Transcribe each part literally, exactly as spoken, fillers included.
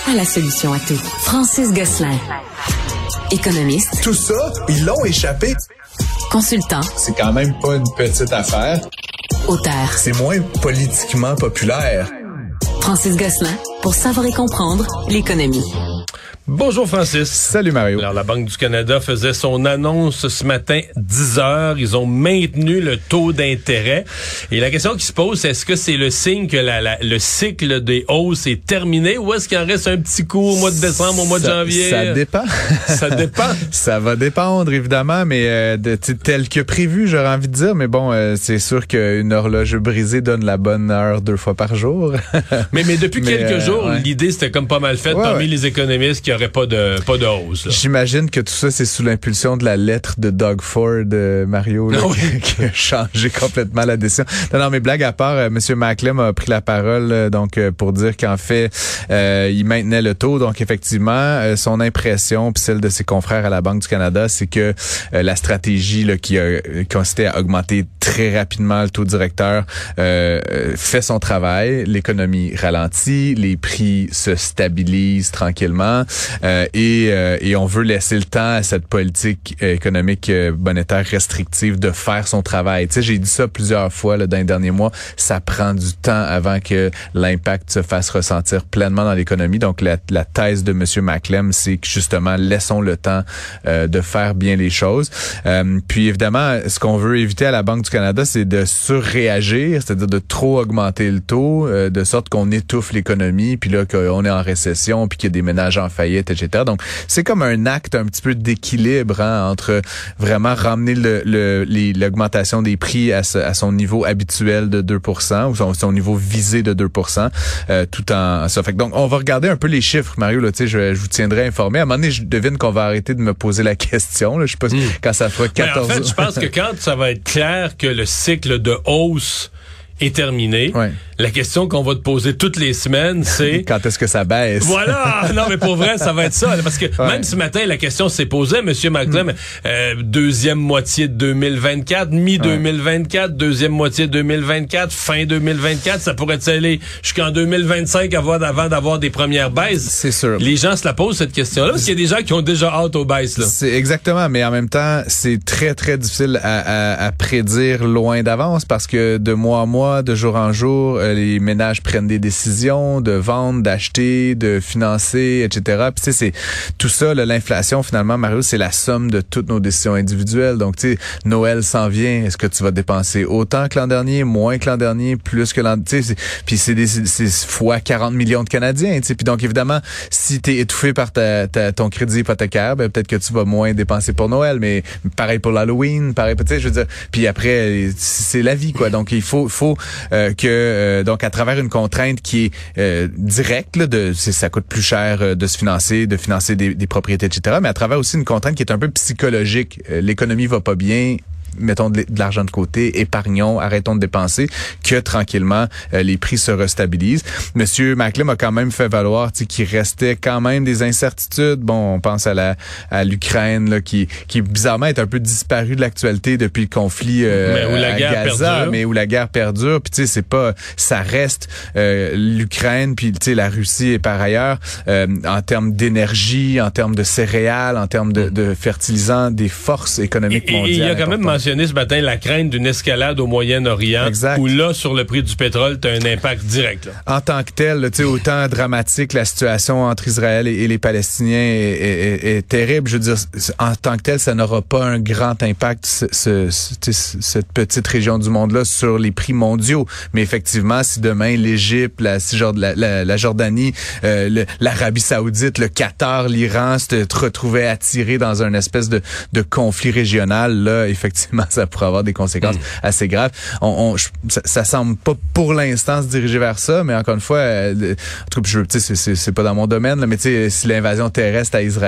a la solution à tout. Francis Gosselin. Économiste. Tout ça, ils l'ont échappé. Consultant. C'est quand même pas une petite affaire. Auteur. C'est moins politiquement populaire. Francis Gosselin, pour savoir et comprendre l'économie. Bonjour Francis. Salut Mario. Alors la Banque du Canada faisait son annonce ce matin, dix heures. Ils ont maintenu le taux d'intérêt. Et la question qui se pose, c'est est-ce que c'est le signe que la, la, le cycle des hausses est terminé ou est-ce qu'il en reste un petit coup au mois de décembre, au mois de ça, janvier? Ça dépend. Ça dépend. Ça va dépendre évidemment, mais euh, de, tel que prévu, j'aurais envie de dire. Mais bon, euh, c'est sûr qu'une horloge brisée donne la bonne heure deux fois par jour. mais, mais depuis mais, quelques euh, jours, ouais. l'idée c'était comme pas mal faite ouais, parmi ouais. les économistes qui pas de pas de hausse. Là. J'imagine que tout ça c'est sous l'impulsion de la lettre de Doug Ford, euh, Mario, là, oui. qui, qui a changé complètement la décision. Non, non, mais blague à part, euh, M. Macklem a pris la parole euh, donc euh, pour dire qu'en fait euh, il maintenait le taux. Donc effectivement, euh, son impression puis celle de ses confrères à la Banque du Canada, c'est que euh, la stratégie là, qui a consisté à augmenter très rapidement le taux directeur euh, fait son travail. L'économie ralentit, les prix se stabilisent tranquillement. Euh, et, euh, et on veut laisser le temps à cette politique économique euh, monétaire restrictive de faire son travail. Tu sais, j'ai dit ça plusieurs fois là, dans les derniers mois. Ça prend du temps avant que l'impact se fasse ressentir pleinement dans l'économie. Donc, la, la thèse de M. Macklem, c'est que justement, laissons le temps euh, de faire bien les choses. Euh, puis, évidemment, ce qu'on veut éviter à la Banque du Canada, c'est de surréagir, c'est-à-dire de trop augmenter le taux, euh, de sorte qu'on étouffe l'économie, puis là, qu'on est en récession, puis qu'il y a des ménages en faillite, et cetera. Donc, c'est comme un acte un petit peu d'équilibre hein, entre vraiment ramener le, le, les, l'augmentation des prix à, ce, à son niveau habituel de deux pour cent ou son, son niveau visé de deux pour cent, euh, tout en ça. Fait que donc, on va regarder un peu les chiffres, Mario. Là, tu sais, je, je vous tiendrai informé. À un moment donné, je devine qu'on va arrêter de me poser la question. Là. Je sais pas mmh. quand ça fera quatorze Mais en fait, je pense que quand ça va être clair que le cycle de hausse est terminé. Ouais. La question qu'on va te poser toutes les semaines, c'est... Quand est-ce que ça baisse? Voilà! Non, mais pour vrai, ça va être ça. Parce que ouais. même ce matin, la question s'est posée, M. Macklem, mm. euh, deuxième moitié de deux mille vingt-quatre, mi-deux mille vingt-quatre, ouais. deuxième moitié de deux mille vingt-quatre, fin deux mille vingt-quatre, ça pourrait aller jusqu'en deux mille vingt-cinq avant, avant d'avoir des premières baisses. C'est sûr. Les gens se la posent, cette question-là, parce qu'il y a des gens qui ont déjà hâte aux baisses. Là. C'est exactement, mais en même temps, c'est très, très difficile à, à, à prédire loin d'avance parce que de mois en mois, de jour en jour, euh, les ménages prennent des décisions de vendre, d'acheter, de financer, et cetera. Puis tu sais, c'est tout ça, là, l'inflation, finalement, Mario, c'est la somme de toutes nos décisions individuelles. Donc, tu sais, Noël s'en vient. Est-ce que tu vas dépenser autant que l'an dernier, moins que l'an dernier, plus que l'an... Tu sais, puis c'est des c'est fois quarante millions de Canadiens. Tu sais, puis donc, évidemment, si t'es étouffé par ta, ta, ton crédit hypothécaire, ben, peut-être que tu vas moins dépenser pour Noël, mais pareil pour l'Halloween, pareil, tu sais, je veux dire... Puis après, c'est la vie, quoi. Donc, il faut... faut Euh, que euh, donc à travers une contrainte qui est euh, directe, là, de c'est, ça coûte plus cher euh, de se financer, de financer des, des propriétés, et cetera. Mais à travers aussi une contrainte qui est un peu psychologique. Euh, l'économie va pas bien. Mettons de l'argent de côté, épargnons, arrêtons de dépenser, que tranquillement euh, les prix se restabilisent. Monsieur Macklem a quand même fait valoir qu'il restait quand même des incertitudes. Bon, on pense à la à l'Ukraine là, qui qui bizarrement est un peu disparu de l'actualité depuis le conflit euh, mais où la à guerre Gaza, perdure. mais où la guerre perdure. Puis tu sais, c'est pas, ça reste euh, l'Ukraine, puis tu sais la Russie et par ailleurs euh, en termes d'énergie, en termes de céréales, en termes de, de fertilisants, des forces économiques et, mondiales. Et il y a quand même mentionné ce matin la crainte d'une escalade au Moyen-Orient, exact. Où là, sur le prix du pétrole, tu as un impact direct. Là. En tant que tel, tu sais, autant dramatique la situation entre Israël et, et les Palestiniens est, est, est, est terrible. Je veux dire, en tant que tel, ça n'aura pas un grand impact, ce, ce, ce, cette petite région du monde-là, sur les prix mondiaux. Mais effectivement, si demain, l'Égypte, la, la, la, la Jordanie, euh, le, l'Arabie Saoudite, le Qatar, l'Iran se retrouvaient attirés dans un espèce de, de conflit régional, là, effectivement, ça pourrait avoir des conséquences mmh. assez graves. On, on, ça, ça semble pas pour l'instant se diriger vers ça, mais encore une fois, euh, en tout cas, je, tu sais, c'est, c'est pas dans mon domaine, là, mais tu sais, si l'invasion terrestre à Israël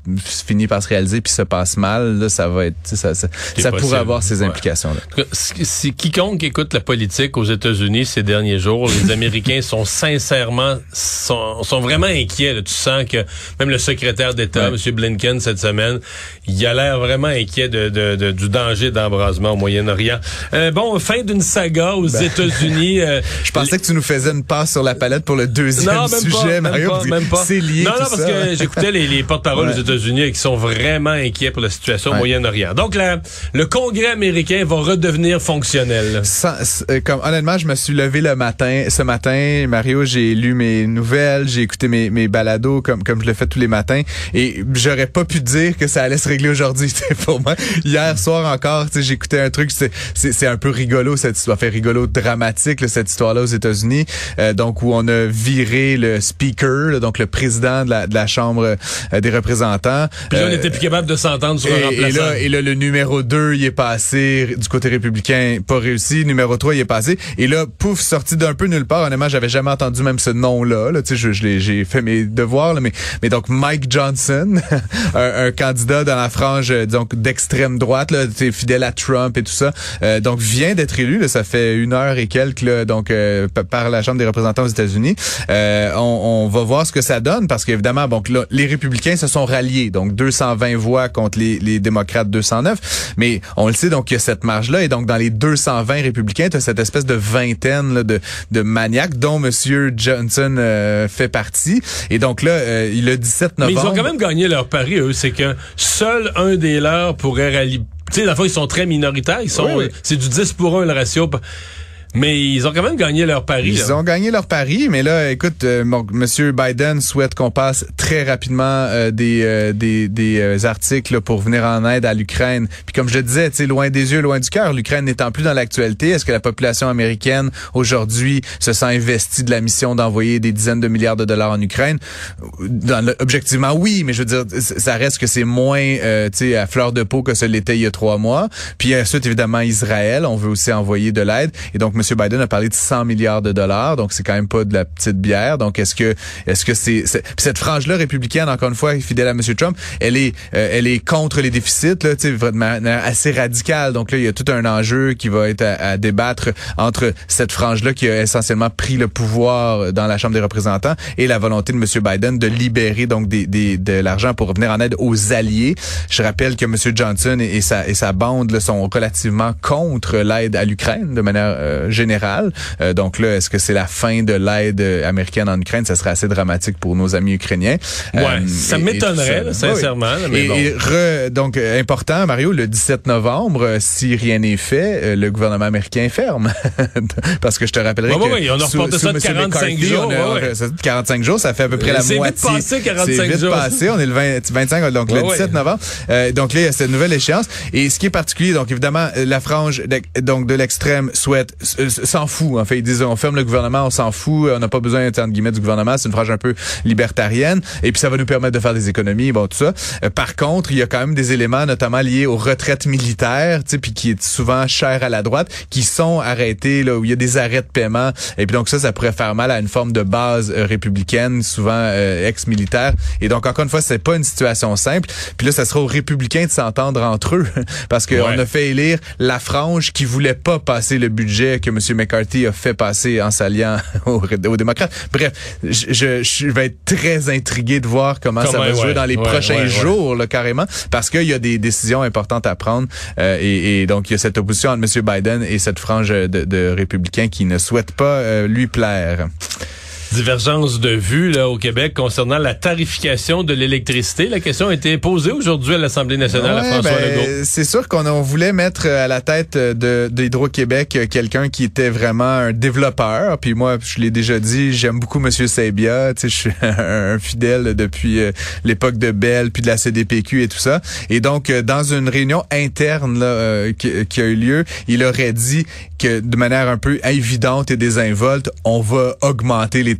finit par se réaliser puis se passe mal, là, ça va être, ça, ça, ça pourrait avoir ces implications-là. Ouais. Si, si quiconque écoute la politique aux États-Unis ces derniers jours, les Américains sont sincèrement, sont, sont vraiment inquiets. Là. Tu sens que même le secrétaire d'État, ouais. M. Blinken, cette semaine, il a l'air vraiment inquiet de, de, de, du danger d'embrasement au Moyen-Orient. Euh, bon, fin d'une saga aux ben, États-Unis. Euh, je pensais que tu nous faisais une passe sur la palette pour le deuxième non, même sujet, pas, Mario. Même pas, même pas. C'est lié. Non, non, tout parce ça. que j'écoutais les, les porte-paroles ouais. aux États-Unis qui sont vraiment inquiets pour la situation ouais. au Moyen-Orient. Donc, la, le Congrès américain va redevenir fonctionnel. Sans, euh, comme, honnêtement, je me suis levé le matin. Ce matin, Mario, j'ai lu mes nouvelles, j'ai écouté mes, mes balados comme, comme je le fais tous les matins. Et j'aurais pas pu dire que ça allait se régler aujourd'hui. Pour moi, hier soir encore, j'écoutais un truc, c'est, c'est, c'est un peu rigolo, cette histoire, fait rigolo, dramatique, là, cette histoire-là aux États-Unis. Euh, donc, où on a viré le speaker, là, donc le président de la, de la Chambre euh, des représentants. Puis là, euh, on n'était plus capable de s'entendre sur et, un remplaçant. Et là, et là, le numéro deux, il est passé du côté républicain, pas réussi. Numéro trois, il est passé. Et là, pouf, sorti d'un peu nulle part. Honnêtement, j'avais jamais entendu même ce nom-là. Là. Tu sais, je, je l'ai, j'ai fait mes devoirs, là, mais, mais donc Mike Johnson, un, un candidat dans la frange donc d'extrême droite, là, fidèle à Trump et tout ça, euh, donc vient d'être élu. Là, ça fait une heure et quelques, là, donc euh, par la Chambre des représentants aux États-Unis. Euh, on, on va voir ce que ça donne parce qu'évidemment, bon, là, les républicains se sont ralliés, donc deux cent vingt voix contre les, les démocrates deux cent neuf. Mais on le sait, donc il y a cette marge-là et donc dans les deux cent vingt républicains, tu as cette espèce de vingtaine là, de, de maniaques dont Monsieur Johnson euh, fait partie. Et donc là, euh, il a dix-sept novembre. Mais ils ont quand même gagné leur pari, eux. C'est que seul un des leurs pourrait rallier. Tu sais, la fois, ils sont très minoritaires. Ils sont, oui, oui. C'est du dix pour un le ratio. Mais ils ont quand même gagné leur pari. Ils là. ont gagné leur pari, mais là, écoute, euh, bon, Monsieur Biden souhaite qu'on passe très rapidement euh, des euh, des, des euh, articles là, pour venir en aide à l'Ukraine. Puis comme je le disais, tu sais, loin des yeux, loin du cœur, l'Ukraine n'étant plus dans l'actualité, est-ce que la population américaine aujourd'hui se sent investie de la mission d'envoyer des dizaines de milliards de dollars en Ukraine? Dans le, objectivement, oui, mais je veux dire, ça reste que c'est moins, euh, tu sais, à fleur de peau que ce l'était il y a trois mois. Puis ensuite, évidemment, Israël, on veut aussi envoyer de l'aide. Et donc, M. Biden a parlé de cent milliards de dollars, donc c'est quand même pas de la petite bière. Donc est-ce que est-ce que c'est, c'est... Puis cette frange-là républicaine, encore une fois, fidèle à M. Trump, elle est euh, elle est contre les déficits, là, tu sais, de manière assez radicale. Donc là, il y a tout un enjeu qui va être à, à débattre entre cette frange-là qui a essentiellement pris le pouvoir dans la Chambre des représentants et la volonté de M. Biden de libérer donc des, des de l'argent pour venir en aide aux alliés. Je rappelle que M. Johnson et, et sa et sa bande là, sont relativement contre l'aide à l'Ukraine de manière euh, générale. Euh, donc là, est-ce que c'est la fin de l'aide américaine en Ukraine? Ça serait assez dramatique pour nos amis ukrainiens. Ouais, euh, ça et, m'étonnerait, et là, sincèrement. Oui. Mais et, bon. et re, donc, important, Mario, le dix-sept novembre, si rien n'est fait, le gouvernement américain ferme. Parce que je te rappellerai ouais, que... Ouais, ouais, on a reporté ça de quarante-cinq jours. On a, ouais. quarante-cinq jours, ça fait à peu près euh, la c'est moitié. Vite passé, quarante-cinq c'est vite jours. passé, on est le vingt, vingt-cinq, donc ouais, le dix-sept ouais. novembre. Euh, donc là, il y a cette nouvelle échéance. Et ce qui est particulier, donc évidemment, la frange de, donc de l'extrême souhaite, s'en fout, en fait. Ils disent, on ferme le gouvernement, on s'en fout, on n'a pas besoin, entre guillemets, du gouvernement, c'est une frange un peu libertarienne, et puis ça va nous permettre de faire des économies, bon, tout ça. Euh, par contre, il y a quand même des éléments, notamment liés aux retraites militaires, tu sais, puis qui est souvent cher à la droite, qui sont arrêtés, là, où il y a des arrêts de paiement, et puis donc ça, ça pourrait faire mal à une forme de base euh, républicaine, souvent euh, ex-militaire, et donc encore une fois, c'est pas une situation simple, puis là, ça sera aux républicains de s'entendre entre eux, parce qu'on ouais. a fait élire la frange qui voulait pas passer le budget que M. McCarthy a fait passer en s'alliant aux, aux démocrates. Bref, je, je, je vais être très intrigué de voir comment, comment ça va ouais, se jouer dans les ouais, prochains ouais, jours, ouais. Là, carrément, parce qu'il y a des décisions importantes à prendre euh, et, et donc il y a cette opposition entre M. Biden et cette frange de, de républicains qui ne souhaitent pas euh, lui plaire. Divergence de vues là au Québec concernant la tarification de l'électricité. La question a été posée aujourd'hui à l'Assemblée nationale ouais, à François ben, Legault. C'est sûr qu'on on voulait mettre à la tête de d'Hydro-Québec quelqu'un qui était vraiment un développeur. Puis moi, je l'ai déjà dit, j'aime beaucoup Monsieur Sabia. Tu sais, je suis un, un fidèle depuis euh, l'époque de Bell, puis de la C D P Q et tout ça. Et donc, euh, dans une réunion interne là, euh, qui, qui a eu lieu, il aurait dit que de manière un peu évidente et désinvolte, on va augmenter les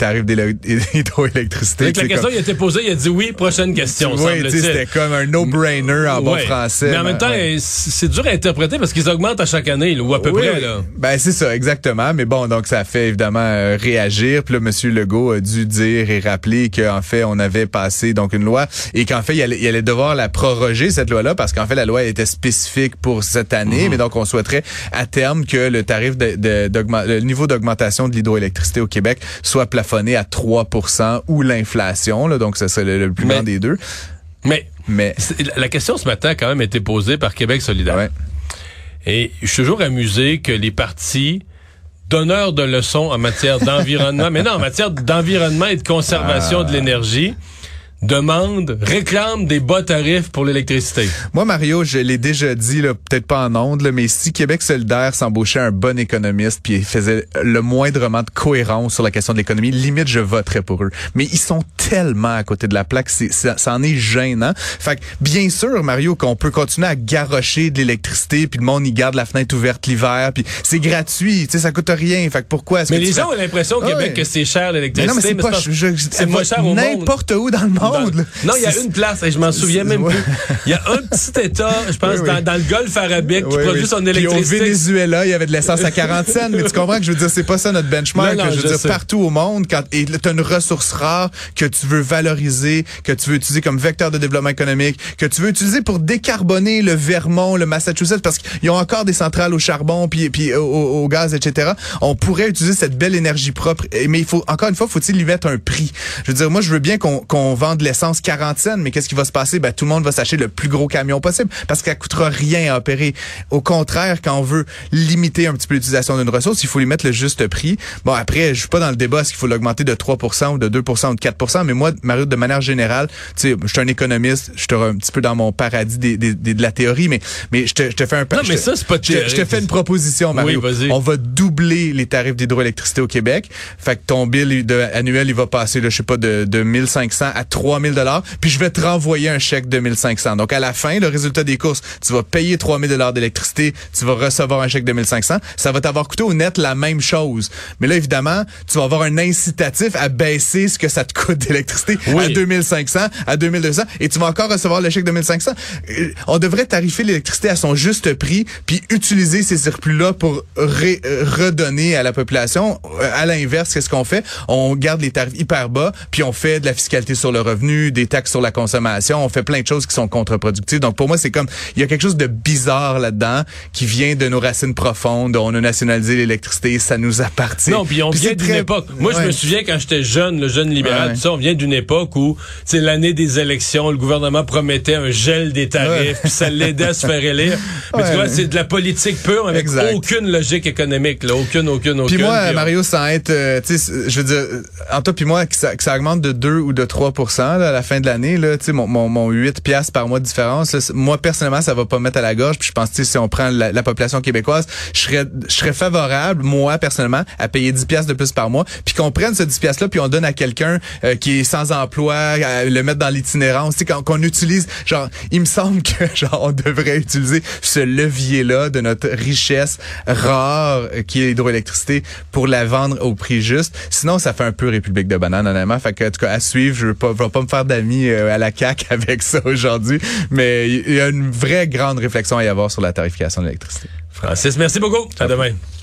tarifs d'hydroélectricité. Avec la question comme... il a été posée, il a dit oui, prochaine question. Oui, c'était comme un no-brainer en bon ouais. français. Mais en même temps, ouais. c'est dur à interpréter parce qu'ils augmentent à chaque année, là, ou à peu oui, près. Là. Ben c'est ça, exactement. Mais bon, donc ça a fait évidemment euh, réagir. Puis là, M. Legault a dû dire et rappeler qu'en fait, on avait passé donc une loi et qu'en fait, il allait, il allait devoir la proroger, cette loi-là, parce qu'en fait, la loi était spécifique pour cette année. Mmh. Mais donc, on souhaiterait à terme que le tarif de, de le niveau d'augmentation de l'hydroélectricité au Québec soit plafonné à trois pour cent ou l'inflation. Là, donc, ça serait le, le plus grand des deux. Mais, mais la question ce matin a quand même été posée par Québec solidaire. Ouais. Et je suis toujours amusé que les partis donneurs de leçons en matière d'environnement, mais non, en matière d'environnement et de conservation ah. de l'énergie, demande, réclame des bas tarifs pour l'électricité. Moi, Mario, je l'ai déjà dit, là, peut-être pas en ondes, là, mais si Québec solidaire s'embauchait un bon économiste puis faisait le moindrement de cohérence sur la question de l'économie, limite, je voterais pour eux. Mais ils sont tellement à côté de la plaque, c'est, ça, ça en est gênant. Fait que, bien sûr, Mario, qu'on peut continuer à garrocher de l'électricité puis le monde, il garde la fenêtre ouverte l'hiver puis c'est gratuit, tu sais, ça coûte rien. Fait que pourquoi est-ce mais que les gens fais... ont l'impression au Québec ah ouais. que c'est cher l'électricité. Mais non, mais c'est mais pas, c'est je, je, c'est pas cher au monde. N'importe où dans le monde. Dans, non, il y a une place, et je m'en souviens même plus. Il y a un petit État, je pense, oui, oui. Dans, dans le golfe arabique, qui oui, produit oui. son électricité. Puis au Venezuela, il y avait de l'essence à quarante cents, mais tu comprends que je veux dire, c'est pas ça notre benchmark. Non, non, je veux je dire, sais. Partout au monde, quand et t'as une ressource rare que tu veux valoriser, que tu veux utiliser comme vecteur de développement économique, que tu veux utiliser pour décarboner le Vermont, le Massachusetts, parce qu'ils ont encore des centrales au charbon, puis, puis au, au, au gaz, et cetera. On pourrait utiliser cette belle énergie propre, mais il faut, encore une fois, faut-il y mettre un prix. Je veux dire, moi, je veux bien qu'on, qu'on vende l'essence quarante cents, mais qu'est-ce qui va se passer? Ben, tout le monde va s'acheter le plus gros camion possible parce que ça coûtera rien à opérer. Au contraire, quand on veut limiter un petit peu l'utilisation d'une ressource, il faut lui mettre le juste prix. Bon, après, je suis pas dans le débat, est-ce qu'il faut l'augmenter de trois pour cent ou de deux pour cent ou de quatre pour cent, mais moi, Mario, de manière générale, tu sais, je suis un économiste, je te un petit peu dans mon paradis des, des, des, de la théorie, mais, mais je te, je te fais un... Non, mais ça, c'est pas théorique. Je te fais une proposition, Mario. Oui, vas-y. On va doubler les tarifs d'hydroélectricité au Québec. Fait que ton bill de, annuel, il va passer, là, je sais pas, de, de mille cinq cents à trois mille dollars. Puis je vais te renvoyer un chèque de mille cinq cents. Donc, à la fin, le résultat des courses, tu vas payer trois mille dollars d'électricité, tu vas recevoir un chèque de mille cinq cents. Ça va t'avoir coûté au net la même chose. Mais là, évidemment, tu vas avoir un incitatif à baisser ce que ça te coûte d'électricité oui. à deux mille cinq cents, à deux mille deux cents, et tu vas encore recevoir le chèque de mille cinq cents. On devrait tarifer l'électricité à son juste prix, puis utiliser ces surplus-là pour ré- redonner à la population. À l'inverse, qu'est-ce qu'on fait? On garde les tarifs hyper bas, puis on fait de la fiscalité sur le revenu, des taxes sur la consommation, on fait plein de choses qui sont contre-productives. Donc pour moi, c'est comme, il y a quelque chose de bizarre là-dedans qui vient de nos racines profondes. On a nationalisé l'électricité, ça nous appartient. Non, puis on puis vient d'une très... époque. Moi, ouais. je me souviens quand j'étais jeune, le jeune libéral, ouais. tout ça, on vient d'une époque où, c'est l'année des élections, le gouvernement promettait un gel des tarifs, ouais. puis ça l'aidait à se faire élire. Mais ouais, tu vois, ouais. c'est de la politique pure avec exact. Aucune logique économique, là, aucune, aucune, aucune. Puis moi, puis on... Mario, sans être, euh, tu sais, je veux dire, en toi puis moi, que ça, que ça augmente de deux ou de trois pour cent là, à la fin de l'année, là, tu sais, mon, mon, mon huit piastres par mois de différence, là, moi, personnellement, ça va pas me mettre à la gorge. Puis je pense, tu sais, si on prend la, la population québécoise, je serais, je serais favorable, moi, personnellement, à payer dix piastres de plus par mois, puis qu'on prenne ce dix piastres-là, puis on donne à quelqu'un euh, qui est sans emploi, à le mettre dans l'itinérance, tu sais, qu'on, qu'on utilise, genre, il me semble que, genre, on devrait utiliser ce levier-là de notre richesse rare, euh, qui est l'hydroélectricité, pour la vendre au prix juste. Sinon, ça fait un peu République de banane, honnêtement. Fait que, en tout cas, à suivre, je veux pas, je vais pas me faire d'amis euh, à la C A Q avec ça aujourd'hui, mais il y a une vraie grande réflexion à y avoir sur la tarification de l'électricité. Francis, merci beaucoup. À demain.